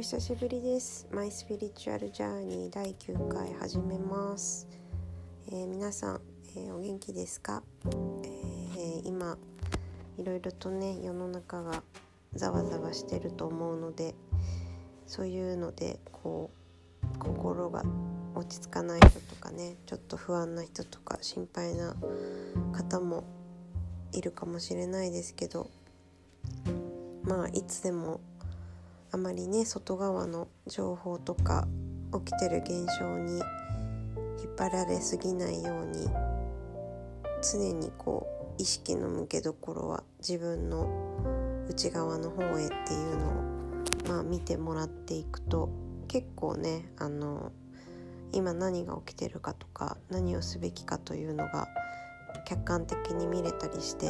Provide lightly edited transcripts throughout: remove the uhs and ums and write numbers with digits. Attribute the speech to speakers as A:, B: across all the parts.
A: 久しぶりです。マイスピリチュアルジャーニー第9回始めます。皆さん、お元気ですか？今いろいろとね、世の中がざわざわしてると思うので、そういうので心が落ち着かない人とかね、ちょっと不安な人とか心配な方もいるかもしれないですけど、いつでもあまりね、外側の情報とか起きてる現象に引っ張られすぎないように、常に意識の向けどころは自分の内側の方へっていうのを見てもらっていくと、結構ね、今何が起きてるかとか何をすべきかというのが客観的に見れたりして、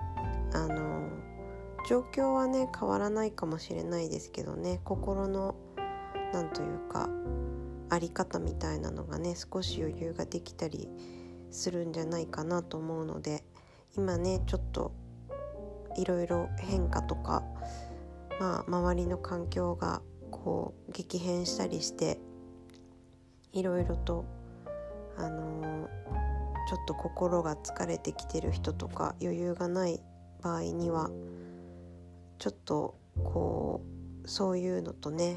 A: 状況はね変わらないかもしれないですけどね、心のなんというかあり方みたいなのがね、少し余裕ができたりするんじゃないかなと思うので、今ねちょっといろいろ変化とか、周りの環境が激変したりして、いろいろとちょっと心が疲れてきてる人とか余裕がない場合には、ちょっとそういうのとね、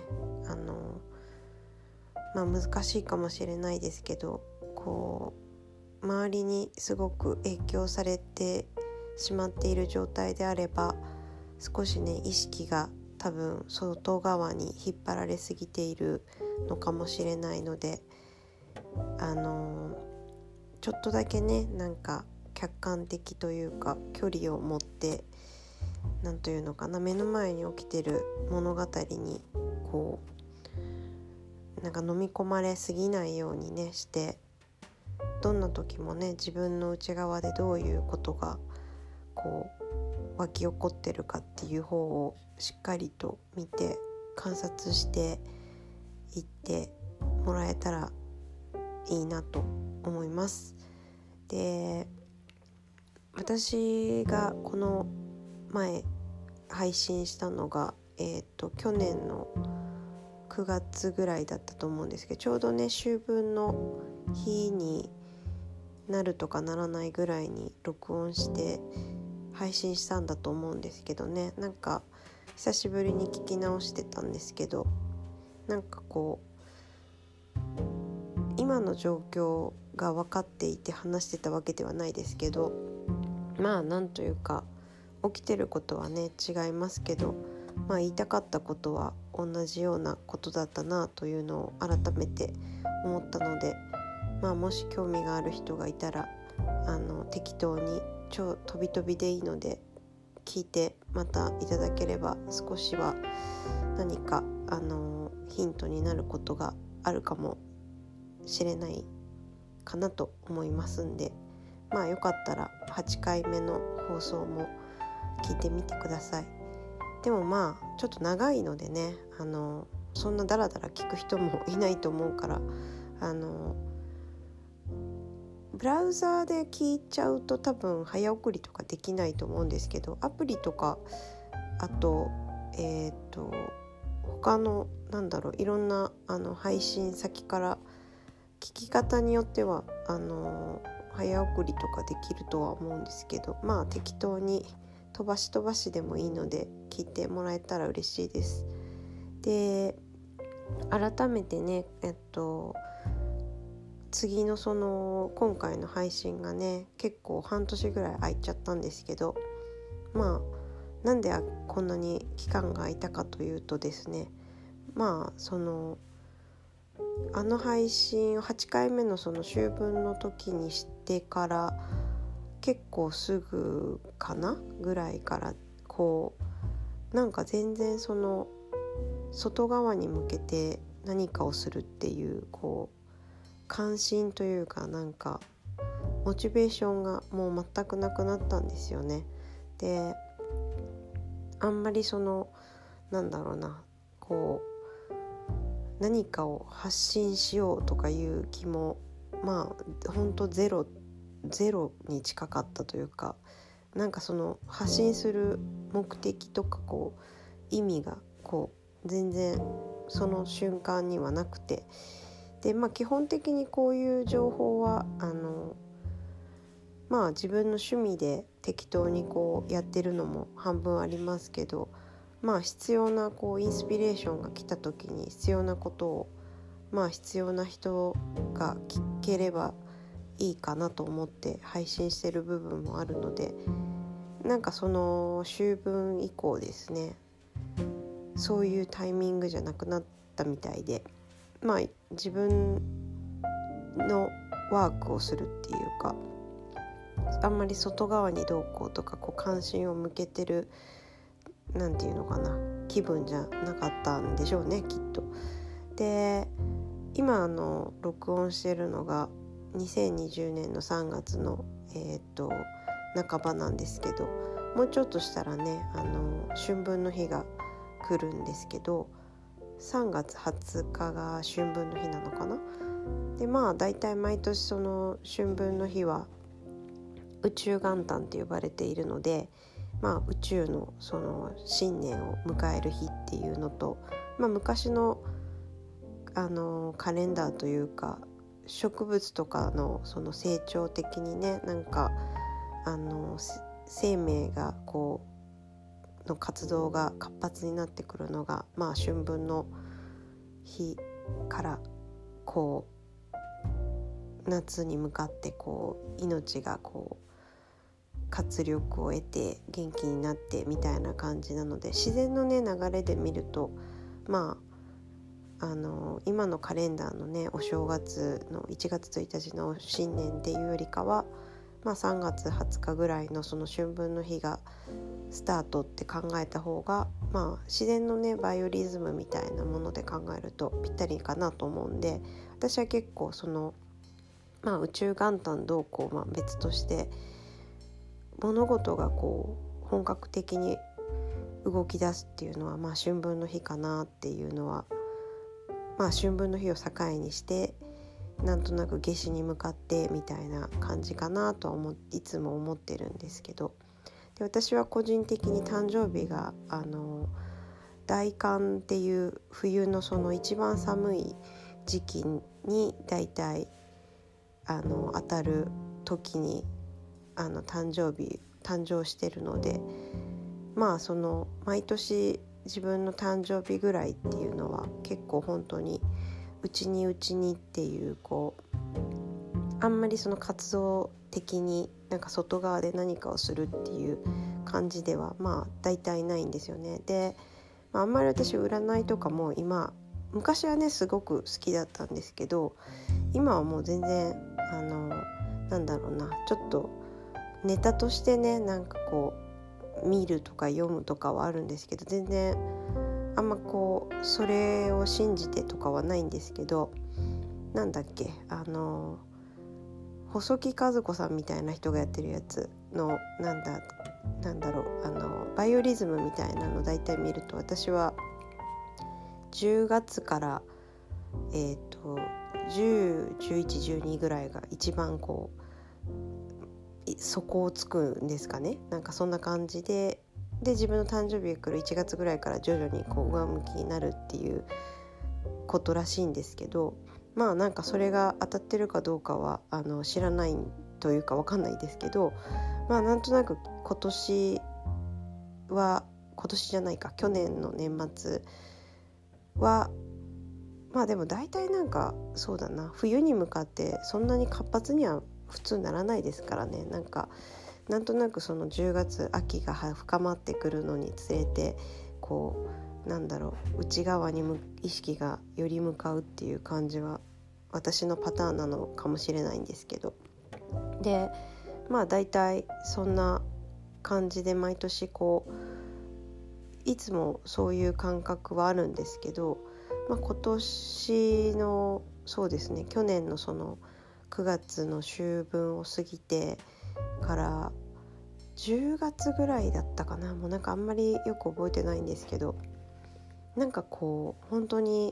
A: 難しいかもしれないですけど、周りにすごく影響されてしまっている状態であれば、少しね意識が多分外側に引っ張られすぎているのかもしれないので、ちょっとだけね、客観的というか距離を持って、なんというのかな、目の前に起きてる物語に飲み込まれすぎないようにねして、どんな時もね自分の内側でどういうことが湧き起こってるかっていう方をしっかりと見て観察していってもらえたらいいなと思います。で、私がこの前配信したのが、去年の9月ぐらいだったと思うんですけど、ちょうどね秋分の日になるとかならないぐらいに録音して配信したんだと思うんですけどね、久しぶりに聞き直してたんですけど、今の状況が分かっていて話してたわけではないですけど、なんというか起きてることはね違いますけど、言いたかったことは同じようなことだったなというのを改めて思ったので、もし興味がある人がいたら適当に飛び飛びでいいので聞いてまたいただければ、少しは何かヒントになることがあるかもしれないかなと思いますんで、よかったら8回目の放送も聞いてみてください。でもちょっと長いのでね、そんなダラダラ聞く人もいないと思うから、ブラウザーで聞いちゃうと多分早送りとかできないと思うんですけど、アプリとかあと他のいろんな配信先から聞き方によっては早送りとかできるとは思うんですけど、適当に飛ばしでもいいので聞いてもらえたら嬉しいです。で、改めてね、次の今回の配信がね結構半年ぐらい空いちゃったんですけど、なんでこんなに期間が空いたかというとですね、配信を8回目の秋分の時にしてから結構すぐかなぐらいから全然外側に向けて何かをするっていう関心というかモチベーションがもう全くなくなったんですよね。で、あんまり何かを発信しようとかいう気もほんとゼロに近かったというか、発信する目的とか意味が全然その瞬間にはなくて、で基本的にこういう情報は自分の趣味で適当にこうやってるのも半分ありますけど、必要なこうインスピレーションが来た時に必要なことを必要な人が聞ければいいかなと思って配信してる部分もあるので、その秋分以降ですね、そういうタイミングじゃなくなったみたいで、自分のワークをするっていうか、あんまり外側にどうこうとか関心を向けてるなんていうのかな気分じゃなかったんでしょうね、きっと。で今録音してるのが2020年の3月の半ばなんですけど、もうちょっとしたらね春分の日が来るんですけど、3月20日が春分の日なのかな。でだいたい毎年その春分の日は宇宙元旦って呼ばれているので、宇宙のその新年を迎える日っていうのと、昔のカレンダーというか植物とかのその成長的にね、生命がの活動が活発になってくるのが、春分の日から夏に向かって命が活力を得て元気になってみたいな感じなので、自然のね流れで見ると今のカレンダーのねお正月の1月1日の新年っていうよりかは、3月20日ぐらいのその春分の日がスタートって考えた方が、自然のねバイオリズムみたいなもので考えるとぴったりかなと思うんで、私は結構その宇宙元旦どうこう別として、物事が本格的に動き出すっていうのは春分の日かなっていうのは、春分の日を境にしてなんとなく夏至に向かってみたいな感じかなとはいつも思ってるんですけど、で私は個人的に誕生日が大寒っていう冬のその一番寒い時期にだいたい当たる時に誕生してるので、その毎年自分の誕生日ぐらいっていうのは結構本当にうちにっていうあんまりその活動的に外側で何かをするっていう感じでは大体ないんですよね。で、あんまり私占いとかも昔はねすごく好きだったんですけど、今はもう全然ちょっとネタとしてね見るとか読むとかはあるんですけど、全然あんまそれを信じてとかはないんですけど、細木数子さんみたいな人がやってるやつのバイオリズムみたいなのだいたい見ると、私は10月から10、11、12ぐらいが一番底をつくんですかね、そんな感じで自分の誕生日が来る1月ぐらいから徐々に上向きになるっていうことらしいんですけど、それが当たってるかどうかは知らないというか分かんないですけど、なんとなく去年の年末はでも大体そうだな、冬に向かってそんなに活発には普通ならないですからね。なんとなくその10月秋が深まってくるのにつれて内側に意識がより向かうっていう感じは私のパターンなのかもしれないんですけど、でだいたいそんな感じで毎年いつもそういう感覚はあるんですけど、今年のそうですね、去年のその9月の秋分を過ぎてから10月ぐらいだったかな、もうあんまりよく覚えてないんですけど、本当に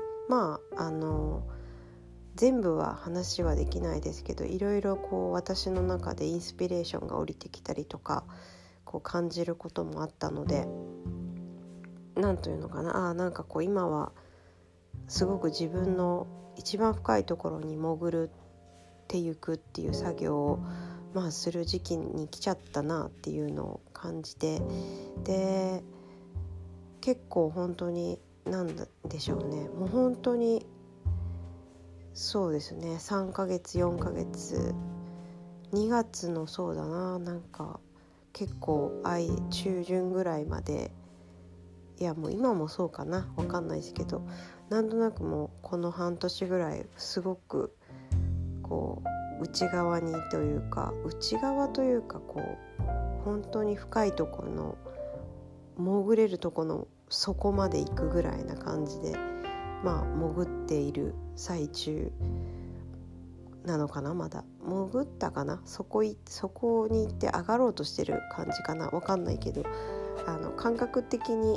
A: 全部は話はできないですけど、いろいろ私の中でインスピレーションが降りてきたりとか感じることもあったので、 なんというのかな、なんかこう今はすごく自分の一番深いところに潜るっていくっていう作業をする時期に来ちゃったなっていうのを感じて、で結構本当になんでしょうね、もう本当にそうですね、3ヶ月4ヶ月2月のそうだな、なんか結構中旬ぐらいまで、いやもう今もそうかな、わかんないですけど、なんとなくもうこの半年ぐらいすごくこう内側というかこう本当に深いところの潜れるとこの底まで行くぐらいな感じで潜っている最中なのかな。まだ潜ったかな、そこに行って上がろうとしてる感じかな、わかんないけど、感覚的に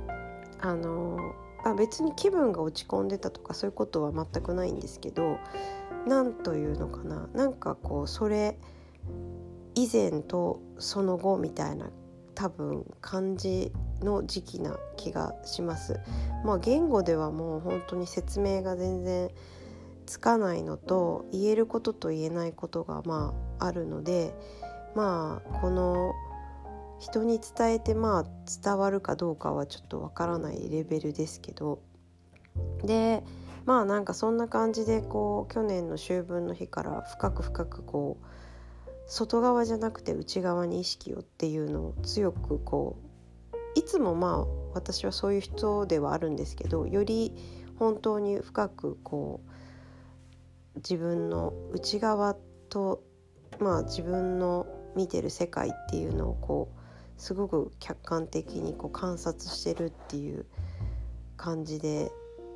A: 別に気分が落ち込んでたとかそういうことは全くないんですけど、なんというのかな、なんかこうそれ以前とその後みたいな多分感じの時期な気がします。言語ではもう本当に説明が全然つかないのと、言えることと言えないことがあるので、この人に伝えて伝わるかどうかはちょっとわからないレベルですけど、でなんかそんな感じでこう去年の秋分の日から深くこう外側じゃなくて内側に意識をっていうのを強くこう、いつも私はそういう人ではあるんですけど、より本当に深くこう自分の内側と自分の見てる世界っていうのをこうすごく客観的にこう観察してるっていう感じで、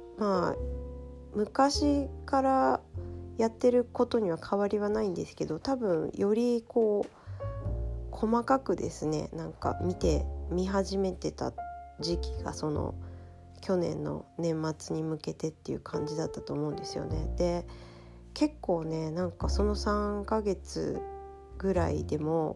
A: 昔からやってることには変わりはないんですけど、多分よりこう細かくですね、なんか見始めてた時期がその去年の年末に向けてっていう感じだったと思うんですよね。で結構ね、なんかその3ヶ月ぐらいでも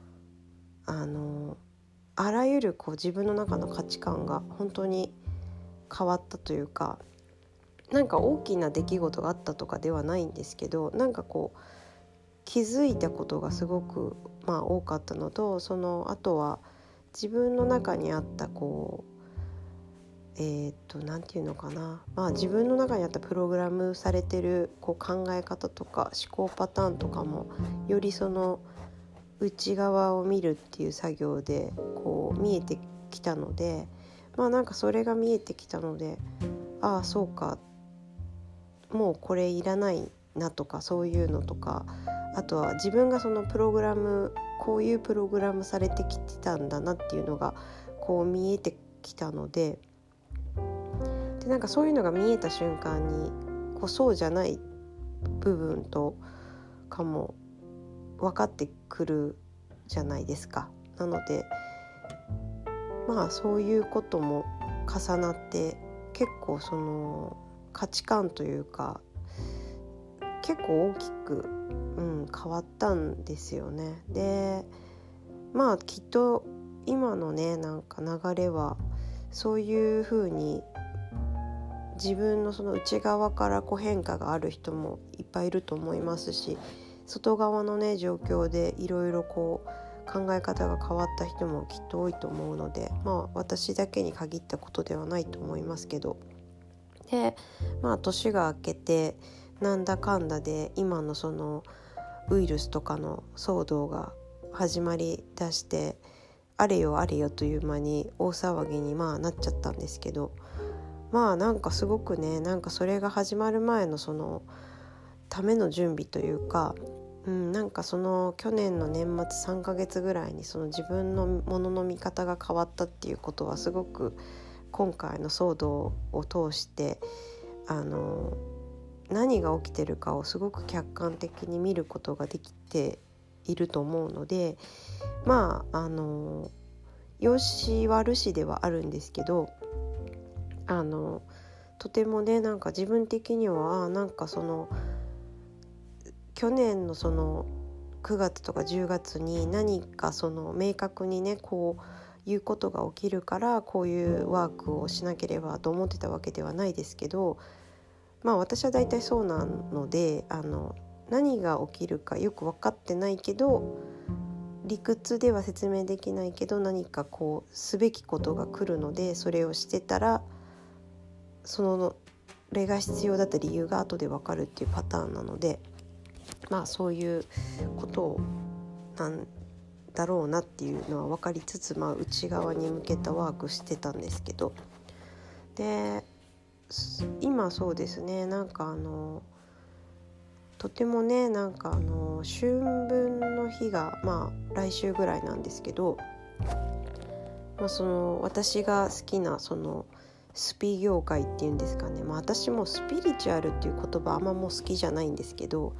A: あらゆるこう自分の中の価値観が本当に変わったというか、なんか大きな出来事があったとかではないんですけど、なんかこう気づいたことがすごく多かったのと、そのあとは自分の中にあったこうなんていうのかな、自分の中にあったプログラムされてるこう考え方とか思考パターンとかもよりその内側を見るっていう作業でこう見えてきたので、なんかそれが見えてきたので、そうか、もうこれいらないなとかそういうのとか、あとは自分がそのプログラム、こういうプログラムされてきてたんだなっていうのがこう見えてきたので、なんかそういうのが見えた瞬間にこうそうじゃない部分とかも分かってくるじゃないですか。なのでそういうことも重なって結構その価値観というか結構大きく、変わったんですよね。できっと今のねなんか流れはそういう風に自分のその内側からこう変化がある人もいっぱいいると思いますし、外側のね状況でいろいろこう考え方が変わった人もきっと多いと思うので、私だけに限ったことではないと思いますけど、で年が明けてなんだかんだで今のそのウイルスとかの騒動が始まりだして、あれよあれよという間に大騒ぎになっちゃったんですけど、なんかすごくね、なんかそれが始まる前のそのための準備というか、なんかその去年の年末3ヶ月ぐらいにその自分のものの見方が変わったっていうことはすごく今回の騒動を通して何が起きてるかをすごく客観的に見ることができていると思うので、良し悪しではあるんですけど、とてもねなんか自分的にはなんかその去年のその9月とか10月に何かその明確にねこういうことが起きるからこういうワークをしなければと思ってたわけではないですけど、私は大体そうなので何が起きるかよく分かってないけど、理屈では説明できないけど何かこうすべきことが来るので、それをしてたらそれが必要だった理由が後で分かるっていうパターンなので、そういうことなんだろうなっていうのは分かりつつ、内側に向けたワークしてたんですけど、で今そうですね、とてもね春分の日が来週ぐらいなんですけど、私が好きなスピ業界っていうんですかね、私もスピリチュアルっていう言葉あんまもう好きじゃないんですけど、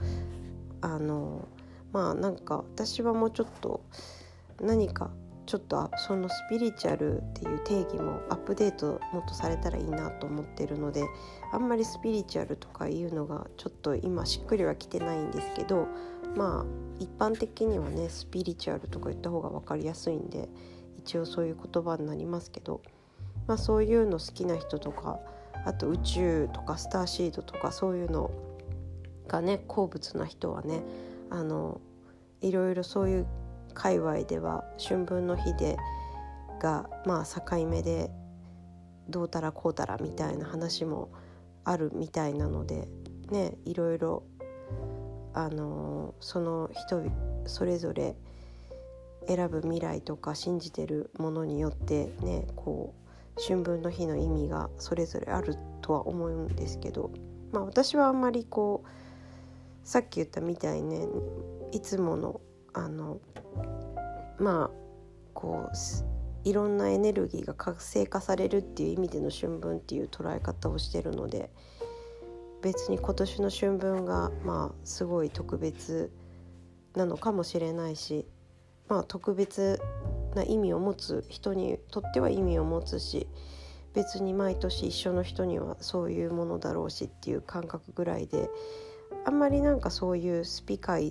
A: 私はもうちょっと何かちょっとそのスピリチュアルっていう定義もアップデートもっとされたらいいなと思ってるので、あんまりスピリチュアルとかいうのがちょっと今しっくりはきてないんですけど、一般的にはねスピリチュアルとか言った方が分かりやすいんで一応そういう言葉になりますけど、そういうの好きな人とか、あと宇宙とかスターシードとかそういうのがね好物な人はねいろいろそういう界隈では春分の日が境目でどうたらこうたらみたいな話もあるみたいなのでね、いろいろその人それぞれ選ぶ未来とか信じてるものによってね春分の日の意味がそれぞれあるとは思うんですけど、私はあんまりさっき言ったみたいにね、いつものいろんなエネルギーが活性化されるっていう意味での春分っていう捉え方をしてるので、別に今年の春分がすごい特別なのかもしれないし、特別な意味を持つ人にとっては意味を持つし、別に毎年一緒の人にはそういうものだろうしっていう感覚ぐらいで、あんまりそういうスピ界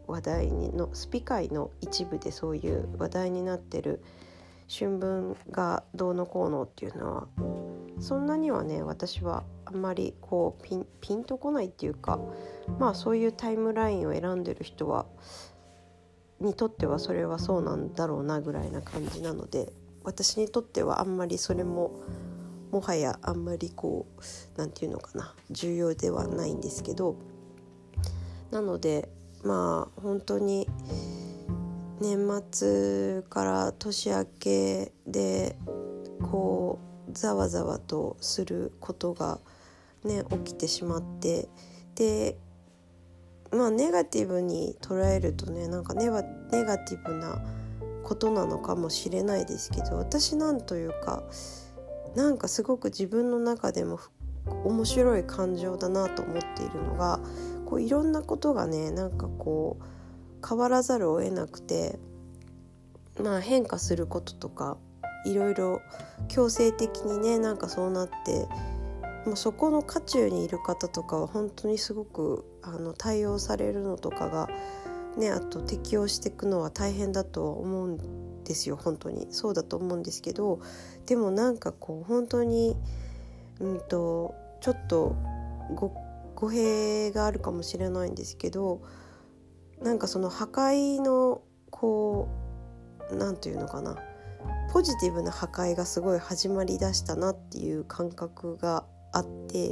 A: の一部でそういう話題になってる春分がどうのこうのっていうのはそんなにはね私はあんまりピンとこないっていうか、そういうタイムラインを選んでる人にとってはそれはそうなんだろうなぐらいな感じなので、私にとってはあんまりそれももはやあんまりなんていうのかな、重要ではないんですけど、なので本当に年末から年明けでざわざわとすることがね起きてしまって、でネガティブに捉えるとねネガティブなことなのかもしれないですけど、私なんというかすごく自分の中でも面白い感情だなと思っているのが、いろんなことがね変わらざるを得なくて、変化することとかいろいろ強制的にねそうなって、そこの渦中にいる方とかは本当にすごく対応されるのとかがね、あと適応していくのは大変だとは思うんですよ。本当にそうだと思うんですけど、でも本当にちょっと語弊があるかもしれないんですけど、その破壊のなんていうのかな、ポジティブな破壊がすごい始まりだしたなっていう感覚があって、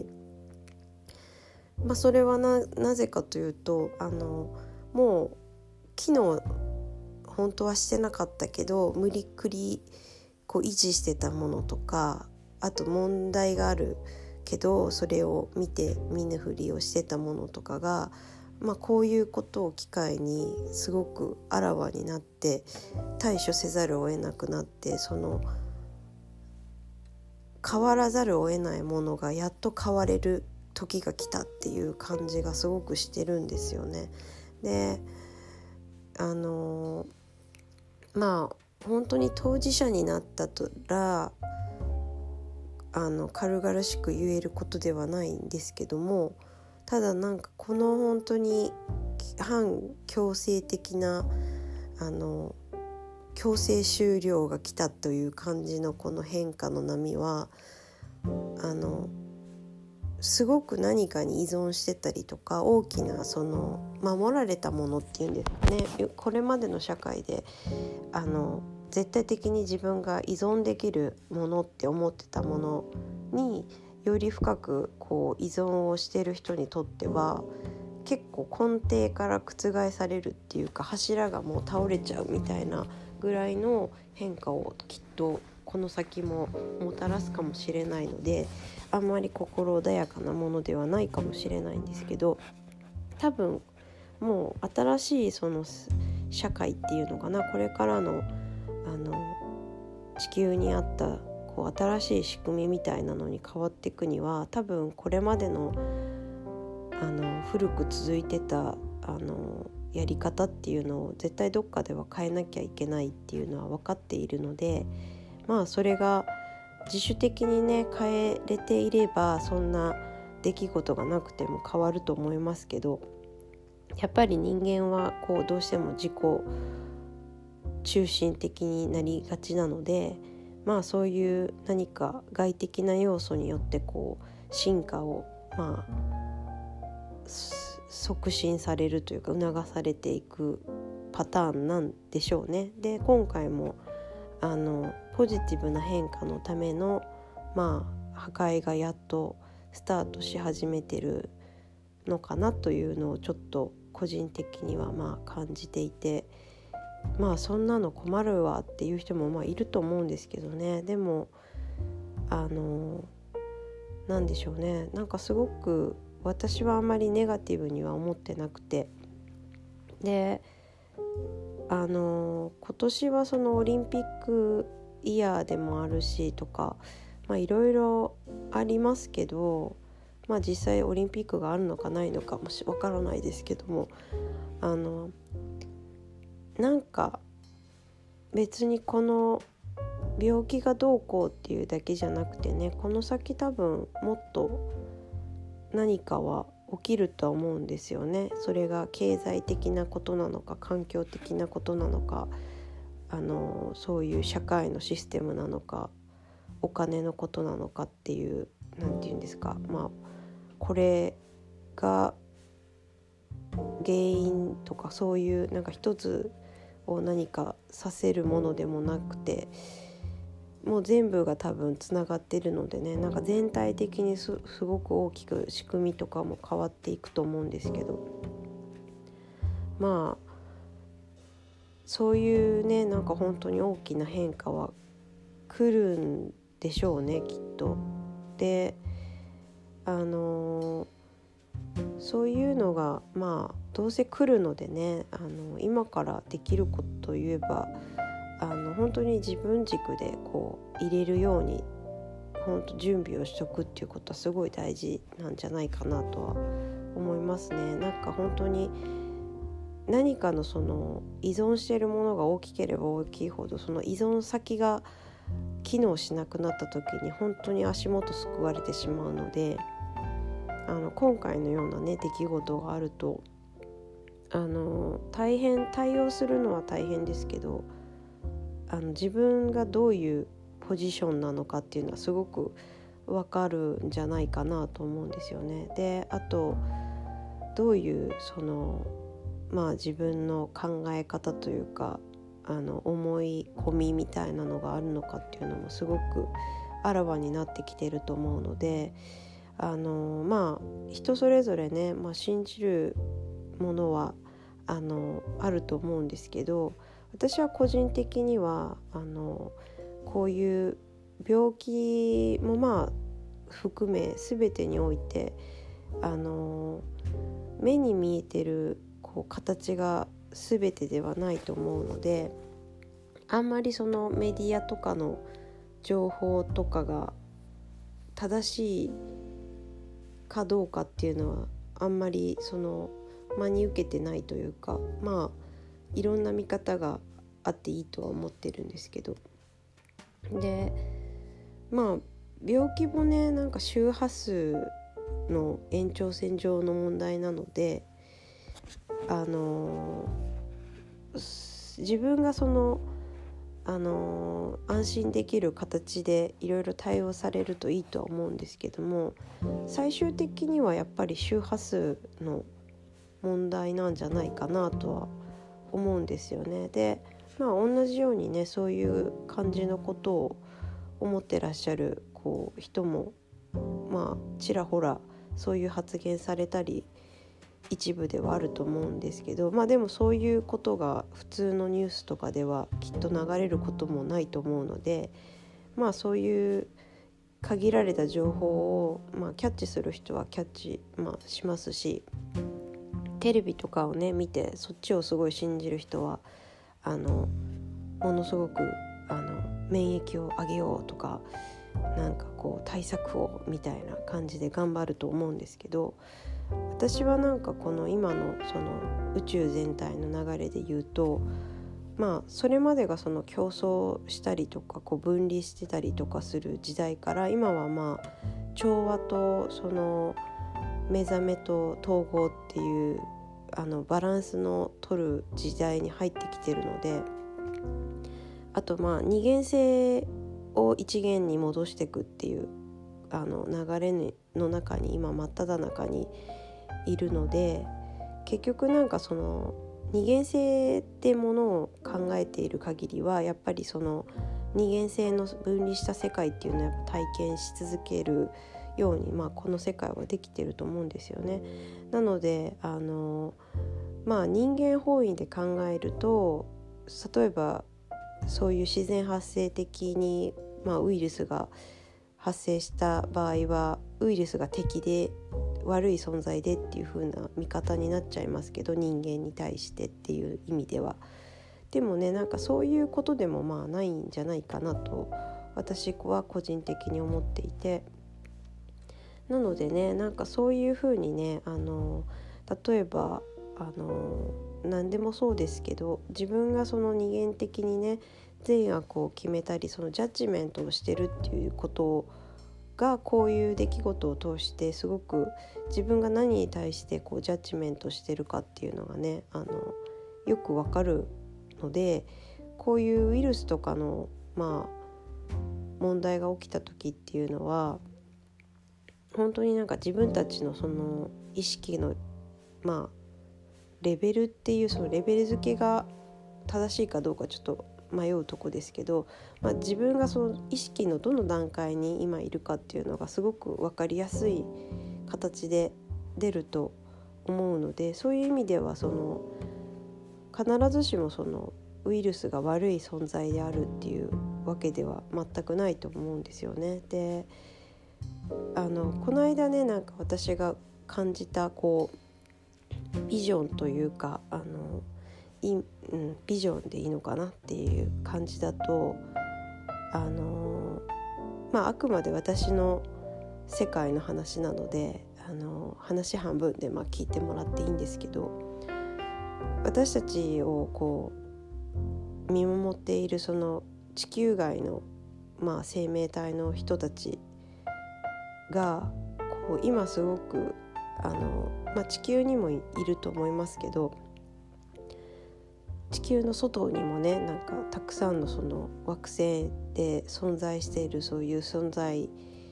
A: それはなぜかというともう機能本当はしてなかったけど無理くり維持してたものとか、あと問題があるけどそれを見ぬふりをしてたものとかが、こういうことを機会にすごくあらわになって対処せざるを得なくなって、変わらざるを得ないものがやっと変われる時が来たっていう感じがすごくしてるんですよね。で本当に当事者になったら軽々しく言えることではないんですけども、ただこの本当に反強制的な強制終了が来たという感じのこの変化の波はすごく何かに依存してたりとか、大きなその守られたものっていうんですかね、これまでの社会で絶対的に自分が依存できるものって思ってたものにより深くこう依存をしている人にとっては結構根底から覆されるっていうか、柱がもう倒れちゃうみたいなぐらいの変化をきっとこの先ももたらすかもしれないので、あんまり心穏やかなものではないかもしれないんですけど、多分もう新しいその社会っていうのかな、これからの地球にあったこう新しい仕組みみたいなのに変わっていくには、多分これまでの古く続いてたやり方っていうのを絶対どっかでは変えなきゃいけないっていうのは分かっているので、それが自主的にね変えれていればそんな出来事がなくても変わると思いますけど、やっぱり人間はこうどうしても自己中心的になりがちなので、そういう何か外的な要素によってこう進化を促進されるというか促されていくパターンなんでしょうね。で今回もポジティブな変化のための破壊がやっとスタートし始めてるのかなというのをちょっと個人的には感じていて、そんなの困るわっていう人もいると思うんですけどね。でもなんでしょうね、なんかすごく私はあまりネガティブには思ってなくて、で今年はそのオリンピックイヤーでもあるしとかいろいろありますけど、実際オリンピックがあるのかないのかもわからないですけども、なんか別にこの病気がどうこうっていうだけじゃなくてね、この先多分もっと何かは起きるとは思うんですよね。それが経済的なことなのか環境的なことなのかそういう社会のシステムなのかお金のことなのかっていうなんていうんですか、これが原因とかそういうなんか一つを何かさせるものでもなくて、もう全部が多分つながってるのでね、なんか全体的にすごく大きく仕組みとかも変わっていくと思うんですけど、そういうねなんか本当に大きな変化は来るんでしょうねきっと。でそういうのがどうせ来るのでね、今からできることといえば本当に自分軸でこう入れるように本当準備をしとくっていうことはすごい大事なんじゃないかなとは思いますね。なんか本当に何かのその依存しているものが大きければ大きいほど、その依存先が機能しなくなった時に本当に足元すくわれてしまうので、今回のようなね出来事があると対応するのは大変ですけど、自分がどういうポジションなのかっていうのはすごく分かるんじゃないかなと思うんですよね。であとどういうその自分の考え方というか思い込みみたいなのがあるのかっていうのもすごくあらわになってきてると思うので、人それぞれね、信じるものはあると思うんですけど、私は個人的にはこういう病気も含め全てにおいて目に見えてるこう形が全てではないと思うので、あんまりそのメディアとかの情報とかが正しいかどうかっていうのはあんまりその真に受けてないというか、いろんな見方があっていいとは思ってるんですけど、で病気もねなんか周波数の延長線上の問題なので自分がその安心できる形でいろいろ対応されるといいとは思うんですけども、最終的にはやっぱり周波数の問題なんじゃないかなとは思うんですよね。で、同じようにね、そういう感じのことを思ってらっしゃる人もちらほらそういう発言されたり一部ではあると思うんですけど、でもそういうことが普通のニュースとかではきっと流れることもないと思うので、そういう限られた情報を、キャッチする人はキャッチ、しますし、テレビとかをね見てそっちをすごい信じる人はものすごく免疫を上げようとか対策をみたいな感じで頑張ると思うんですけど、私はこの今のその宇宙全体の流れで言うと、それまでがその競争したりとか分離してたりとかする時代から、今は調和とその目覚めと統合っていうバランスの取る時代に入ってきてるので、あと二元性を一元に戻していくっていう流れの中に今真っ只中にいるので、結局その二元性ってものを考えている限りは、やっぱりその二元性の分離した世界っていうのをやっぱ体験し続けるように、この世界はできてると思うんですよね。なので人間本位で考えると、例えばそういう自然発生的に、ウイルスが発生した場合はウイルスが敵で悪い存在でっていう風な見方になっちゃいますけど、人間に対してっていう意味では。でもね、そういうことでもないんじゃないかなと私は個人的に思っていて、なのでね、そういう風にね、例えば何でもそうですけど、自分がその二元的にね善悪を決めたり、そのジャッジメントをしてるっていうことが、こういう出来事を通してすごく自分が何に対してジャッジメントしてるかっていうのがねよくわかるので、こういうウイルスとかの問題が起きた時っていうのは、本当に自分たちのその意識のレベルっていう、そのレベル付けが正しいかどうかちょっと迷うとこですけど、自分がその意識のどの段階に今いるかっていうのがすごく分かりやすい形で出ると思うので、そういう意味ではその必ずしもそのウイルスが悪い存在であるっていうわけでは全くないと思うんですよね。で、この間ね私が感じたビジョンというかビジョンでいいのかなっていう感じだと、あくまで私の世界の話なので話半分で聞いてもらっていいんですけど、私たちを見守っているその地球外の生命体の人たちが今すごく地球にもいると思いますけど、地球の外にもねたくさんのその惑星で存在している、そういう存在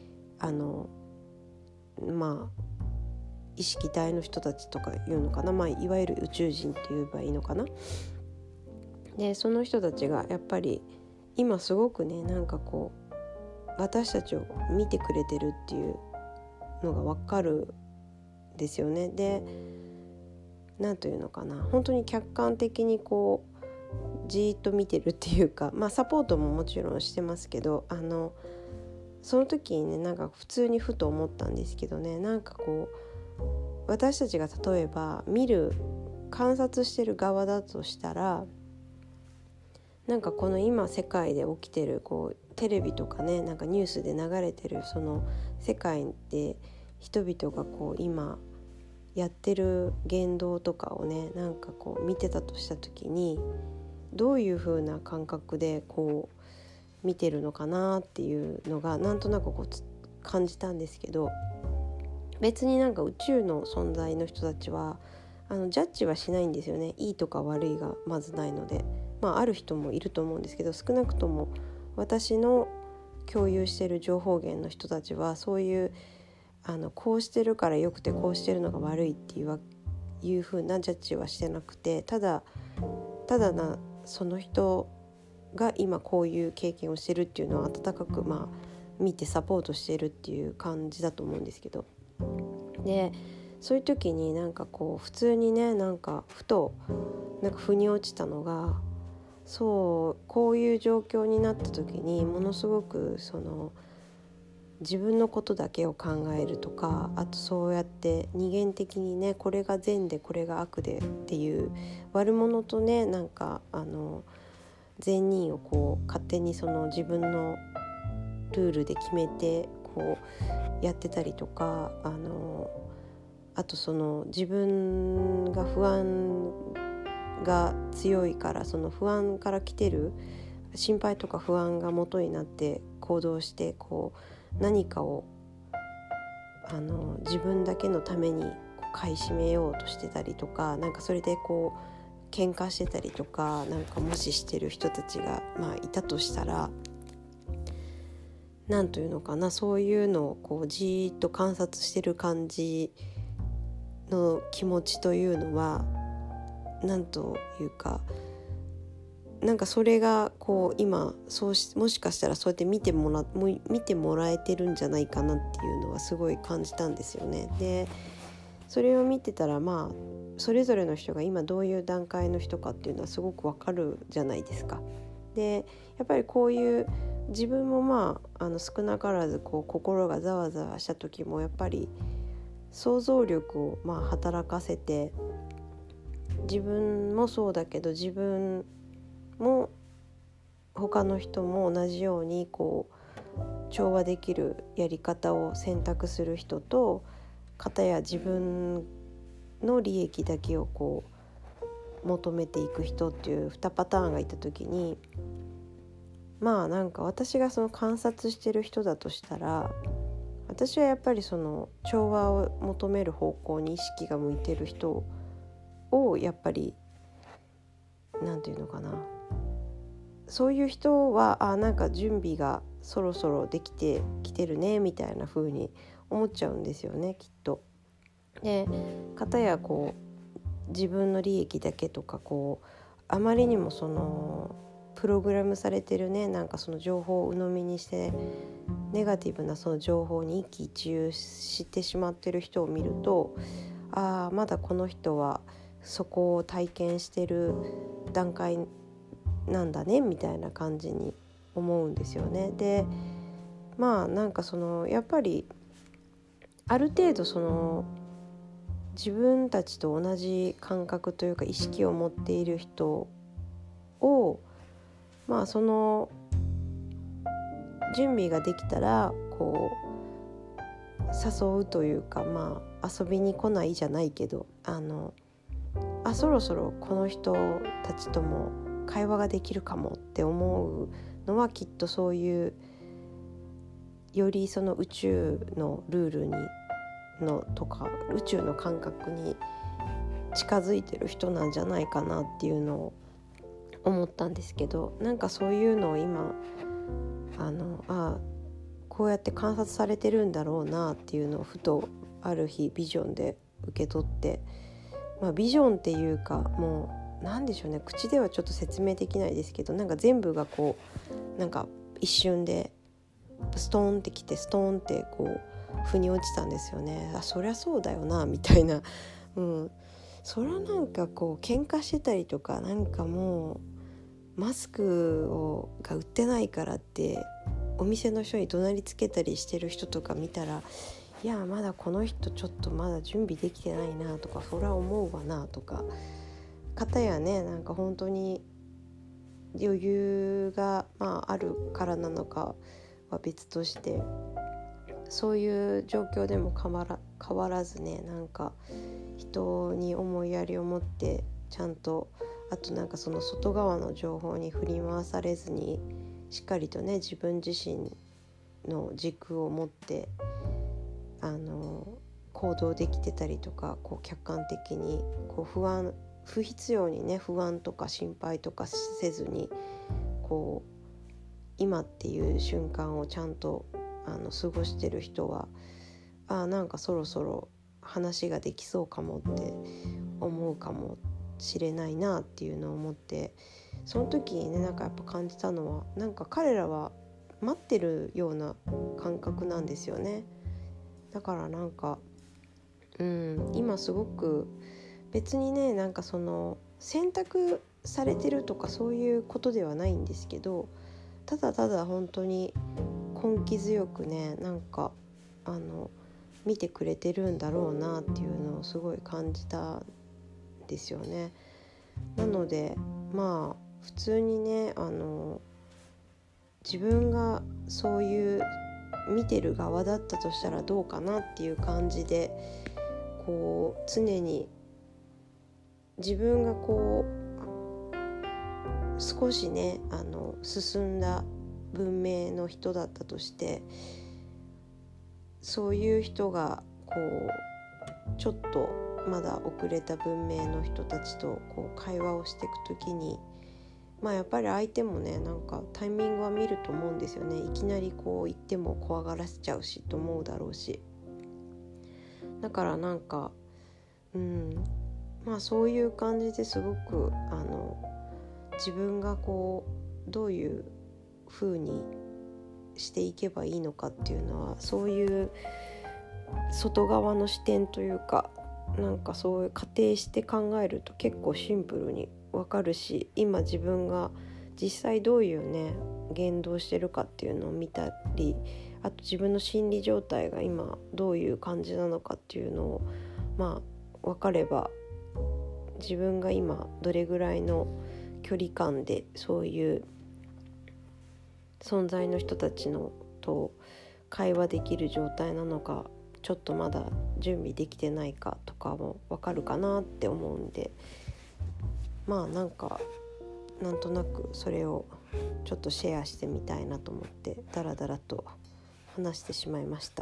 A: 意識体の人たちとかいうのかな、いわゆる宇宙人って言えばいいのかな。でその人たちがやっぱり今すごくね私たちを見てくれてるっていうのが分かるんですよね。でなんというのかな、本当に客観的にじーっと見てるっていうか、サポートももちろんしてますけど、その時にね普通にふと思ったんですけどね、私たちが例えば観察してる側だとしたら、この今世界で起きてるテレビとかねニュースで流れてるその世界で人々が今やってる言動とかをね見てたとした時に、どういう風な感覚で見てるのかなっていうのがなんとなく感じたんですけど、別に宇宙の存在の人たちはジャッジはしないんですよね。いいとか悪いがまずないので、 ある人もいると思うんですけど、少なくとも私の共有している情報源の人たちはそういうこうしてるからよくてこうしてるのが悪いっていう風なジャッジはしてなくて、ただその人が今こういう経験をしてるっていうのを温かく見てサポートしてるっていう感じだと思うんですけど、でそういう時に普通にねふと腑に落ちたのが、こういう状況になった時にものすごく自分のことだけを考えるとか、あとそうやって二元的にね、これが善でこれが悪でっていう悪者とね善人を勝手に自分のルールで決めてやってたりとか、あと自分が不安が強いから、その不安から来てる心配とか不安が元になって行動して何かを自分だけのために買い占めようとしてたりとか、それで喧嘩してたりとか無視してる人たちがいたとしたら、なんというのかな、そういうのをじーっと観察してる感じの気持ちというのは、なんというかそれが今もしかしたらそうやって見てもらえてるんじゃないかなっていうのはすごい感じたんですよね。でそれを見てたらそれぞれの人が今どういう段階の人かっていうのはすごくわかるじゃないですか。でやっぱりこういう自分も少なからず心がざわざわした時もやっぱり想像力を働かせて、自分もそうだけど自分も他の人も同じように調和できるやり方を選択する人と、片や自分の利益だけを求めていく人っていう2パターンがいた時に、私が観察してる人だとしたら、私はやっぱり調和を求める方向に意識が向いてる人をやっぱりなんていうのかな、そういう人は準備がそろそろできてきてるねみたいな風に思っちゃうんですよね、きっと。で片や自分の利益だけとかあまりにもプログラムされてるね情報を鵜呑みにしてネガティブな情報に一喜一憂してしまってる人を見ると、まだこの人はそこを体験してる段階なんだねみたいな感じに思うんですよね。でやっぱりある程度自分たちと同じ感覚というか意識を持っている人を準備ができたら誘うというか、遊びに来ないじゃないけどそろそろこの人たちとも会話ができるかもって思うのは、きっとそういうより宇宙のルールとか宇宙の感覚に近づいてる人なんじゃないかなっていうのを思ったんですけど、そういうのを今こうやって観察されてるんだろうなっていうのをふとある日ビジョンで受け取って、ビジョンっていうかもうなんでしょうね、口ではちょっと説明できないですけど、全部が一瞬でストーンってきてストーンって腑に落ちたんですよね。そりゃそうだよなみたいな、そりゃ喧嘩してたりとかもうマスクが売ってないからってお店の人に怒鳴りつけたりしてる人とか見たら、いやまだこの人ちょっとまだ準備できてないなとか、そりゃ思うわなとか、片やね本当に余裕があるからなのかは別として、そういう状況でも変わらずね人に思いやりを持ってちゃんと、あと外側の情報に振り回されずにしっかりとね自分自身の軸を持って行動できてたりとか、客観的に不安不必要にね不安とか心配とかせずにこう今っていう瞬間をちゃんと過ごしてる人はなんかそろそろ話ができそうかもって思うかもしれないなっていうのを思って、その時にねなんかやっぱ感じたのは、なんか彼らは待ってるような感覚なんですよね。だからなんか今すごく別にねなんかその選択されてるとかそういうことではないんですけど、ただただ本当に根気強くねなんか見てくれてるんだろうなっていうのをすごい感じたんですよね。なのでまあ普通にね自分がそういう見てる側だったとしたらどうかなっていう感じで、こう常に自分がこう少しね進んだ文明の人だったとして、そういう人がこうちょっとまだ遅れた文明の人たちとこう会話をしていくときに、やっぱり相手もねなんかタイミングは見ると思うんですよね。いきなりこう言っても怖がらせちゃうしと思うだろうし、だからなんかそういう感じですごく自分がこうどういう風にしていけばいいのかっていうのは、そういう外側の視点というか、なんかそういう仮定して考えると結構シンプルにわかるし、今自分が実際どういうね言動してるかっていうのを見たり、あと自分の心理状態が今どういう感じなのかっていうのを分かれば、自分が今どれぐらいの距離感でそういう存在の人たちのと会話できる状態なのか、ちょっとまだ準備できてないかとかも分かるかなって思うんで、なんかなんとなくそれをちょっとシェアしてみたいなと思ってダラダラと話してしまいました。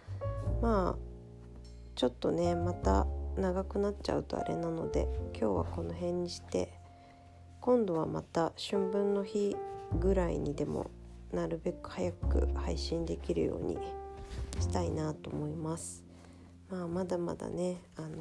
A: ちょっとねまた長くなっちゃうとあれなので、今日はこの辺にして、今度はまた春分の日ぐらいにでもなるべく早く配信できるようにしたいなと思います。まだまだね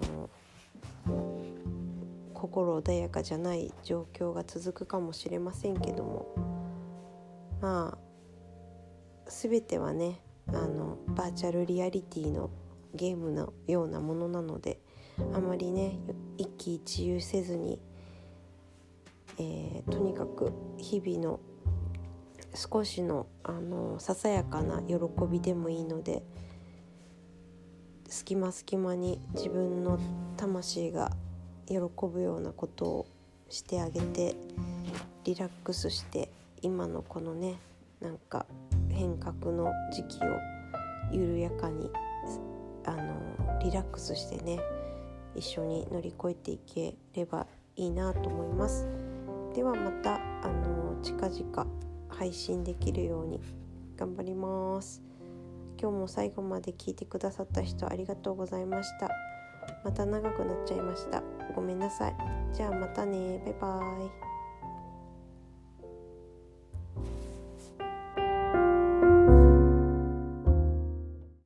A: 心穏やかじゃない状況が続くかもしれませんけども、全てはねバーチャルリアリティのゲームのようなものなので、あまりね一喜一憂せずに、とにかく日々の少しのささやかな喜びでもいいので、隙間隙間に自分の魂が喜ぶようなことをしてあげて、リラックスして今のこのねなんか変革の時期を緩やかにリラックスしてね一緒に乗り越えていければいいなと思います。ではまた近々配信できるように頑張ります。今日も最後まで聞いてくださった人ありがとうございました。また長くなっちゃいました。ごめんなさい。じゃあまたね。バイバイ。